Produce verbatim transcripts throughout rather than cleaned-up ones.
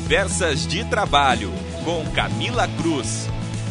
Conversas de Trabalho, com Camila Cruz.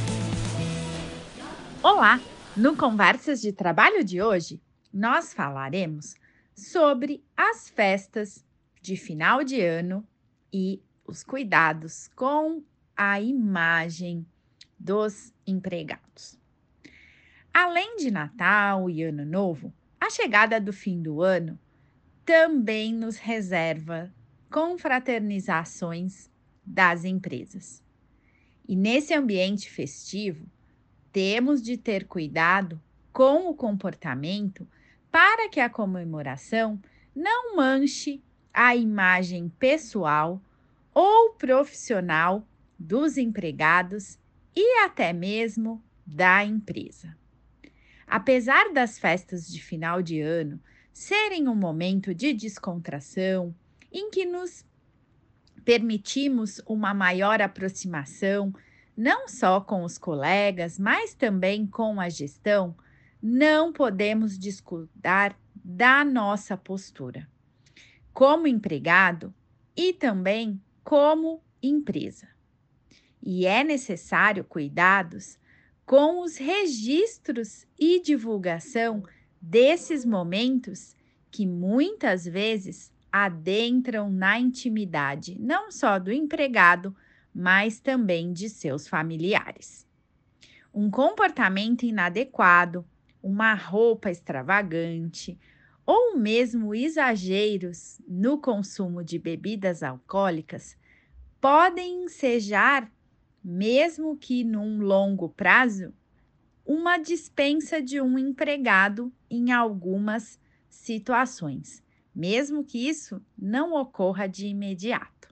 Olá! No Conversas de Trabalho de hoje, nós falaremos sobre as festas de final de ano e os cuidados com a imagem dos empregados. Além de Natal e Ano Novo, a chegada do fim do ano também nos reserva confraternizações das empresas. E nesse ambiente festivo, temos de ter cuidado com o comportamento para que a comemoração não manche a imagem pessoal ou profissional dos empregados e até mesmo da empresa. Apesar das festas de final de ano serem um momento de descontração, em que nos permitimos uma maior aproximação, não só com os colegas, mas também com a gestão, não podemos descuidar da nossa postura, como empregado e também como empresa. E é necessário cuidados com os registros e divulgação desses momentos que muitas vezes adentram na intimidade, não só do empregado, mas também de seus familiares. Um comportamento inadequado, uma roupa extravagante ou mesmo exageros no consumo de bebidas alcoólicas podem ensejar, mesmo que num longo prazo, uma dispensa de um empregado em algumas situações, mesmo que isso não ocorra de imediato.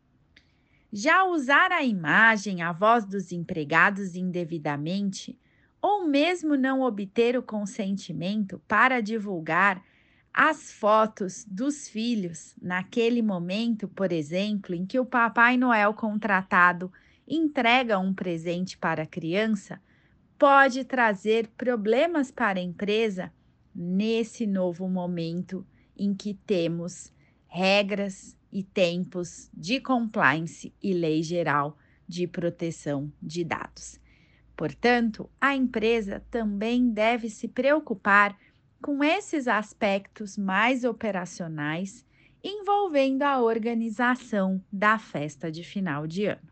Já usar a imagem, a voz dos empregados indevidamente, ou mesmo não obter o consentimento para divulgar as fotos dos filhos naquele momento, por exemplo, em que o Papai Noel contratado entrega um presente para a criança, pode trazer problemas para a empresa nesse novo momento em que temos regras e tempos de compliance e lei geral de proteção de dados. Portanto, a empresa também deve se preocupar com esses aspectos mais operacionais envolvendo a organização da festa de final de ano.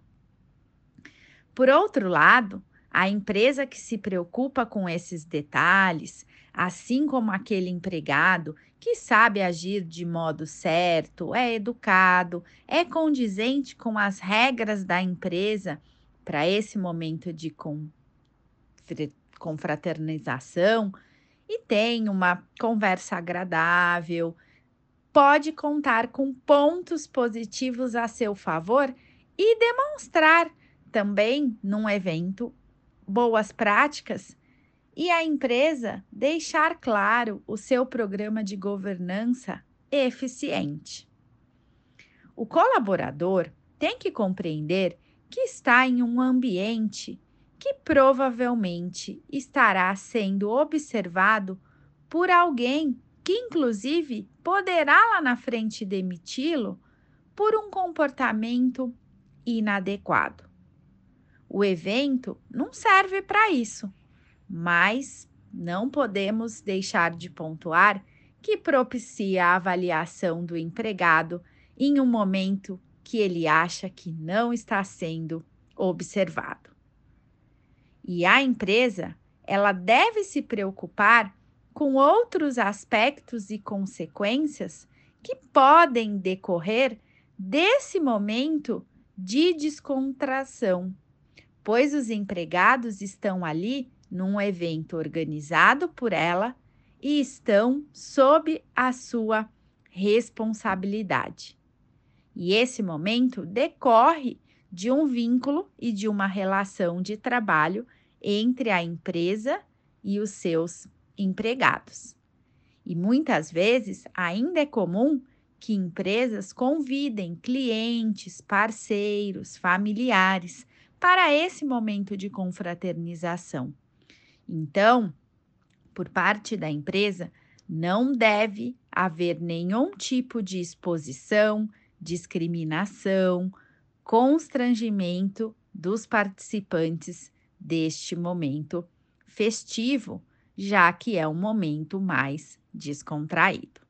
Por outro lado, a empresa que se preocupa com esses detalhes, assim como aquele empregado que sabe agir de modo certo, é educado, é condizente com as regras da empresa para esse momento de confraternização e tem uma conversa agradável, pode contar com pontos positivos a seu favor e demonstrar também num evento boas práticas e a empresa deixar claro o seu programa de governança eficiente. O colaborador tem que compreender que está em um ambiente que provavelmente estará sendo observado por alguém que, inclusive, poderá lá na frente demiti-lo por um comportamento inadequado. O evento não serve para isso, mas não podemos deixar de pontuar que propicia a avaliação do empregado em um momento que ele acha que não está sendo observado. E a empresa, ela deve se preocupar com outros aspectos e consequências que podem decorrer desse momento de descontração, pois os empregados estão ali num evento organizado por ela e estão sob a sua responsabilidade. E esse momento decorre de um vínculo e de uma relação de trabalho entre a empresa e os seus empregados. E muitas vezes ainda é comum que empresas convidem clientes, parceiros, familiares para esse momento de confraternização. Então, por parte da empresa, não deve haver nenhum tipo de exposição, discriminação, constrangimento dos participantes deste momento festivo, já que é um momento mais descontraído.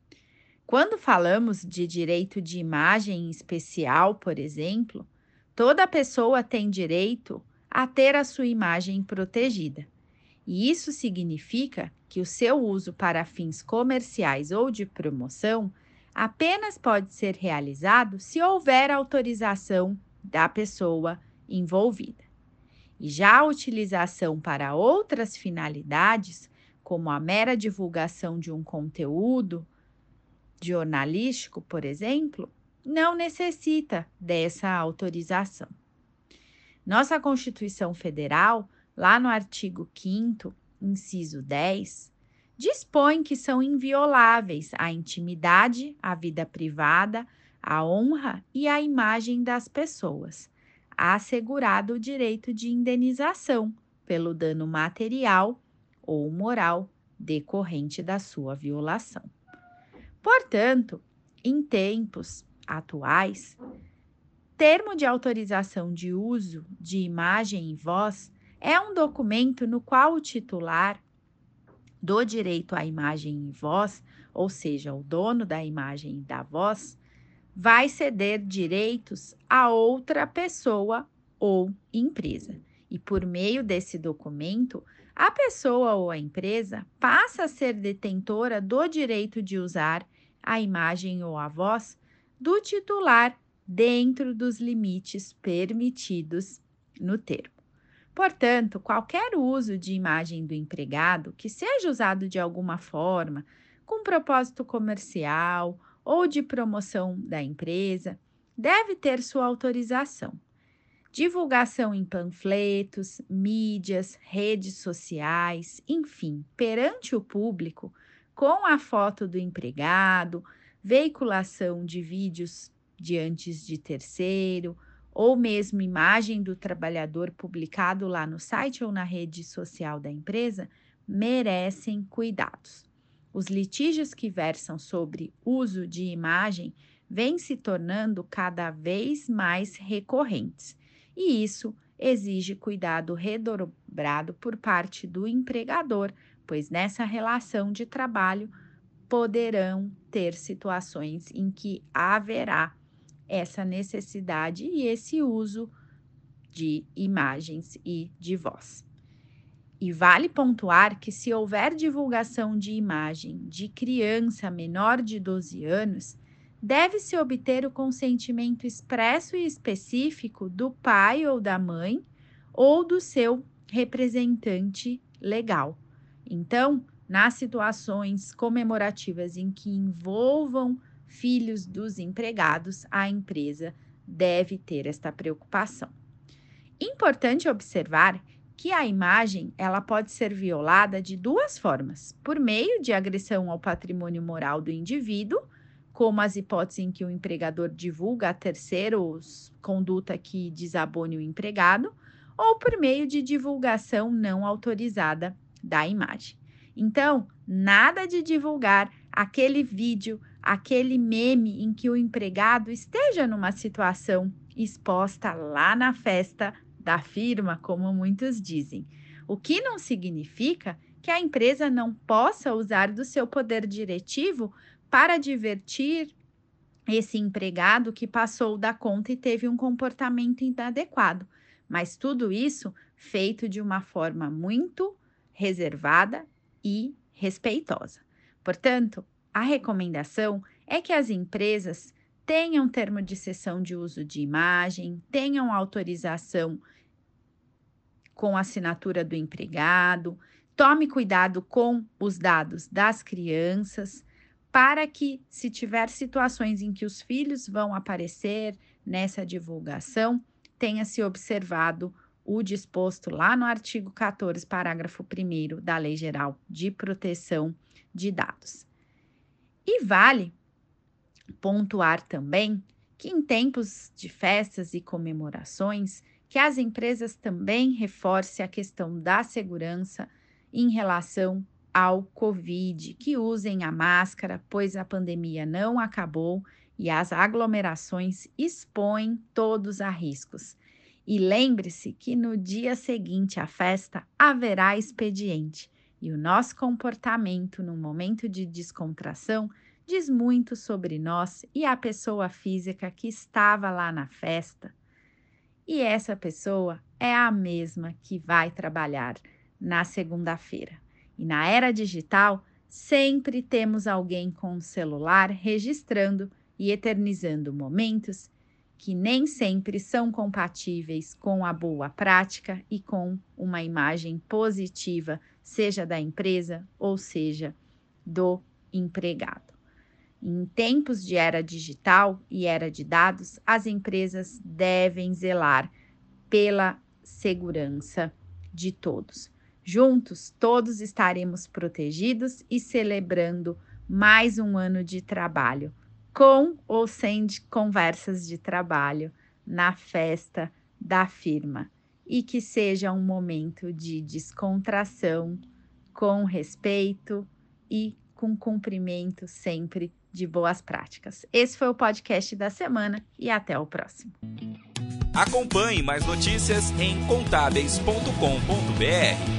Quando falamos de direito de imagem especial, por exemplo, toda pessoa tem direito a ter a sua imagem protegida. E isso significa que o seu uso para fins comerciais ou de promoção apenas pode ser realizado se houver autorização da pessoa envolvida. E já a utilização para outras finalidades, como a mera divulgação de um conteúdo jornalístico, por exemplo, não necessita dessa autorização. Nossa Constituição Federal, lá no artigo quinto, inciso dez, dispõe que são invioláveis a intimidade, a vida privada, a honra e a imagem das pessoas, assegurado o direito de indenização pelo dano material ou moral decorrente da sua violação. Portanto, em tempos atuais, termo de autorização de uso de imagem e voz é um documento no qual o titular do direito à imagem e voz, ou seja, o dono da imagem e da voz, vai ceder direitos a outra pessoa ou empresa. E por meio desse documento, a pessoa ou a empresa passa a ser detentora do direito de usar a imagem ou a voz do titular dentro dos limites permitidos no termo. Portanto, qualquer uso de imagem do empregado que seja usado de alguma forma, com propósito comercial ou de promoção da empresa, deve ter sua autorização. Divulgação em panfletos, mídias, redes sociais, enfim, perante o público, com a foto do empregado, veiculação de vídeos diante de terceiro, ou mesmo imagem do trabalhador publicado lá no site ou na rede social da empresa, merecem cuidados. Os litígios que versam sobre uso de imagem vêm se tornando cada vez mais recorrentes, e isso exige cuidado redobrado por parte do empregador, pois nessa relação de trabalho poderão ter situações em que haverá essa necessidade e esse uso de imagens e de voz. E vale pontuar que se houver divulgação de imagem de criança menor de doze anos, deve-se obter o consentimento expresso e específico do pai ou da mãe ou do seu representante legal. Então, nas situações comemorativas em que envolvam filhos dos empregados, a empresa deve ter esta preocupação. Importante observar que a imagem ela pode ser violada de duas formas: por meio de agressão ao patrimônio moral do indivíduo, como as hipóteses em que o empregador divulga a terceiros conduta que desabone o empregado, ou por meio de divulgação não autorizada da imagem. Então, nada de divulgar aquele vídeo, aquele meme em que o empregado esteja numa situação exposta lá na festa da firma, como muitos dizem. O que não significa que a empresa não possa usar do seu poder diretivo para divertir esse empregado que passou da conta e teve um comportamento inadequado. Mas tudo isso feito de uma forma muito reservada e respeitosa. Portanto, a recomendação é que as empresas tenham termo de cessão de uso de imagem, tenham autorização com assinatura do empregado, tome cuidado com os dados das crianças, para que, se tiver situações em que os filhos vão aparecer nessa divulgação, tenha se observado o disposto lá no artigo quatorze, parágrafo primeiro da Lei Geral de Proteção de Dados. E vale pontuar também que em tempos de festas e comemorações, que as empresas também reforcem a questão da segurança em relação ao Covid, que usem a máscara, pois a pandemia não acabou e as aglomerações expõem todos a riscos. E lembre-se que no dia seguinte à festa haverá expediente, e o nosso comportamento no momento de descontração diz muito sobre nós e a pessoa física que estava lá na festa. E essa pessoa é a mesma que vai trabalhar na segunda-feira. E na era digital, sempre temos alguém com um celular registrando e eternizando momentos que nem sempre são compatíveis com a boa prática e com uma imagem positiva, seja da empresa ou seja do empregado. Em tempos de era digital e era de dados, as empresas devem zelar pela segurança de todos. Juntos, todos estaremos protegidos e celebrando mais um ano de trabalho, com ou sem de conversas de trabalho na festa da firma. E que seja um momento de descontração, com respeito e com cumprimento sempre de boas práticas. Esse foi o podcast da semana e até o próximo. Acompanhe mais notícias em contábeis ponto com ponto br.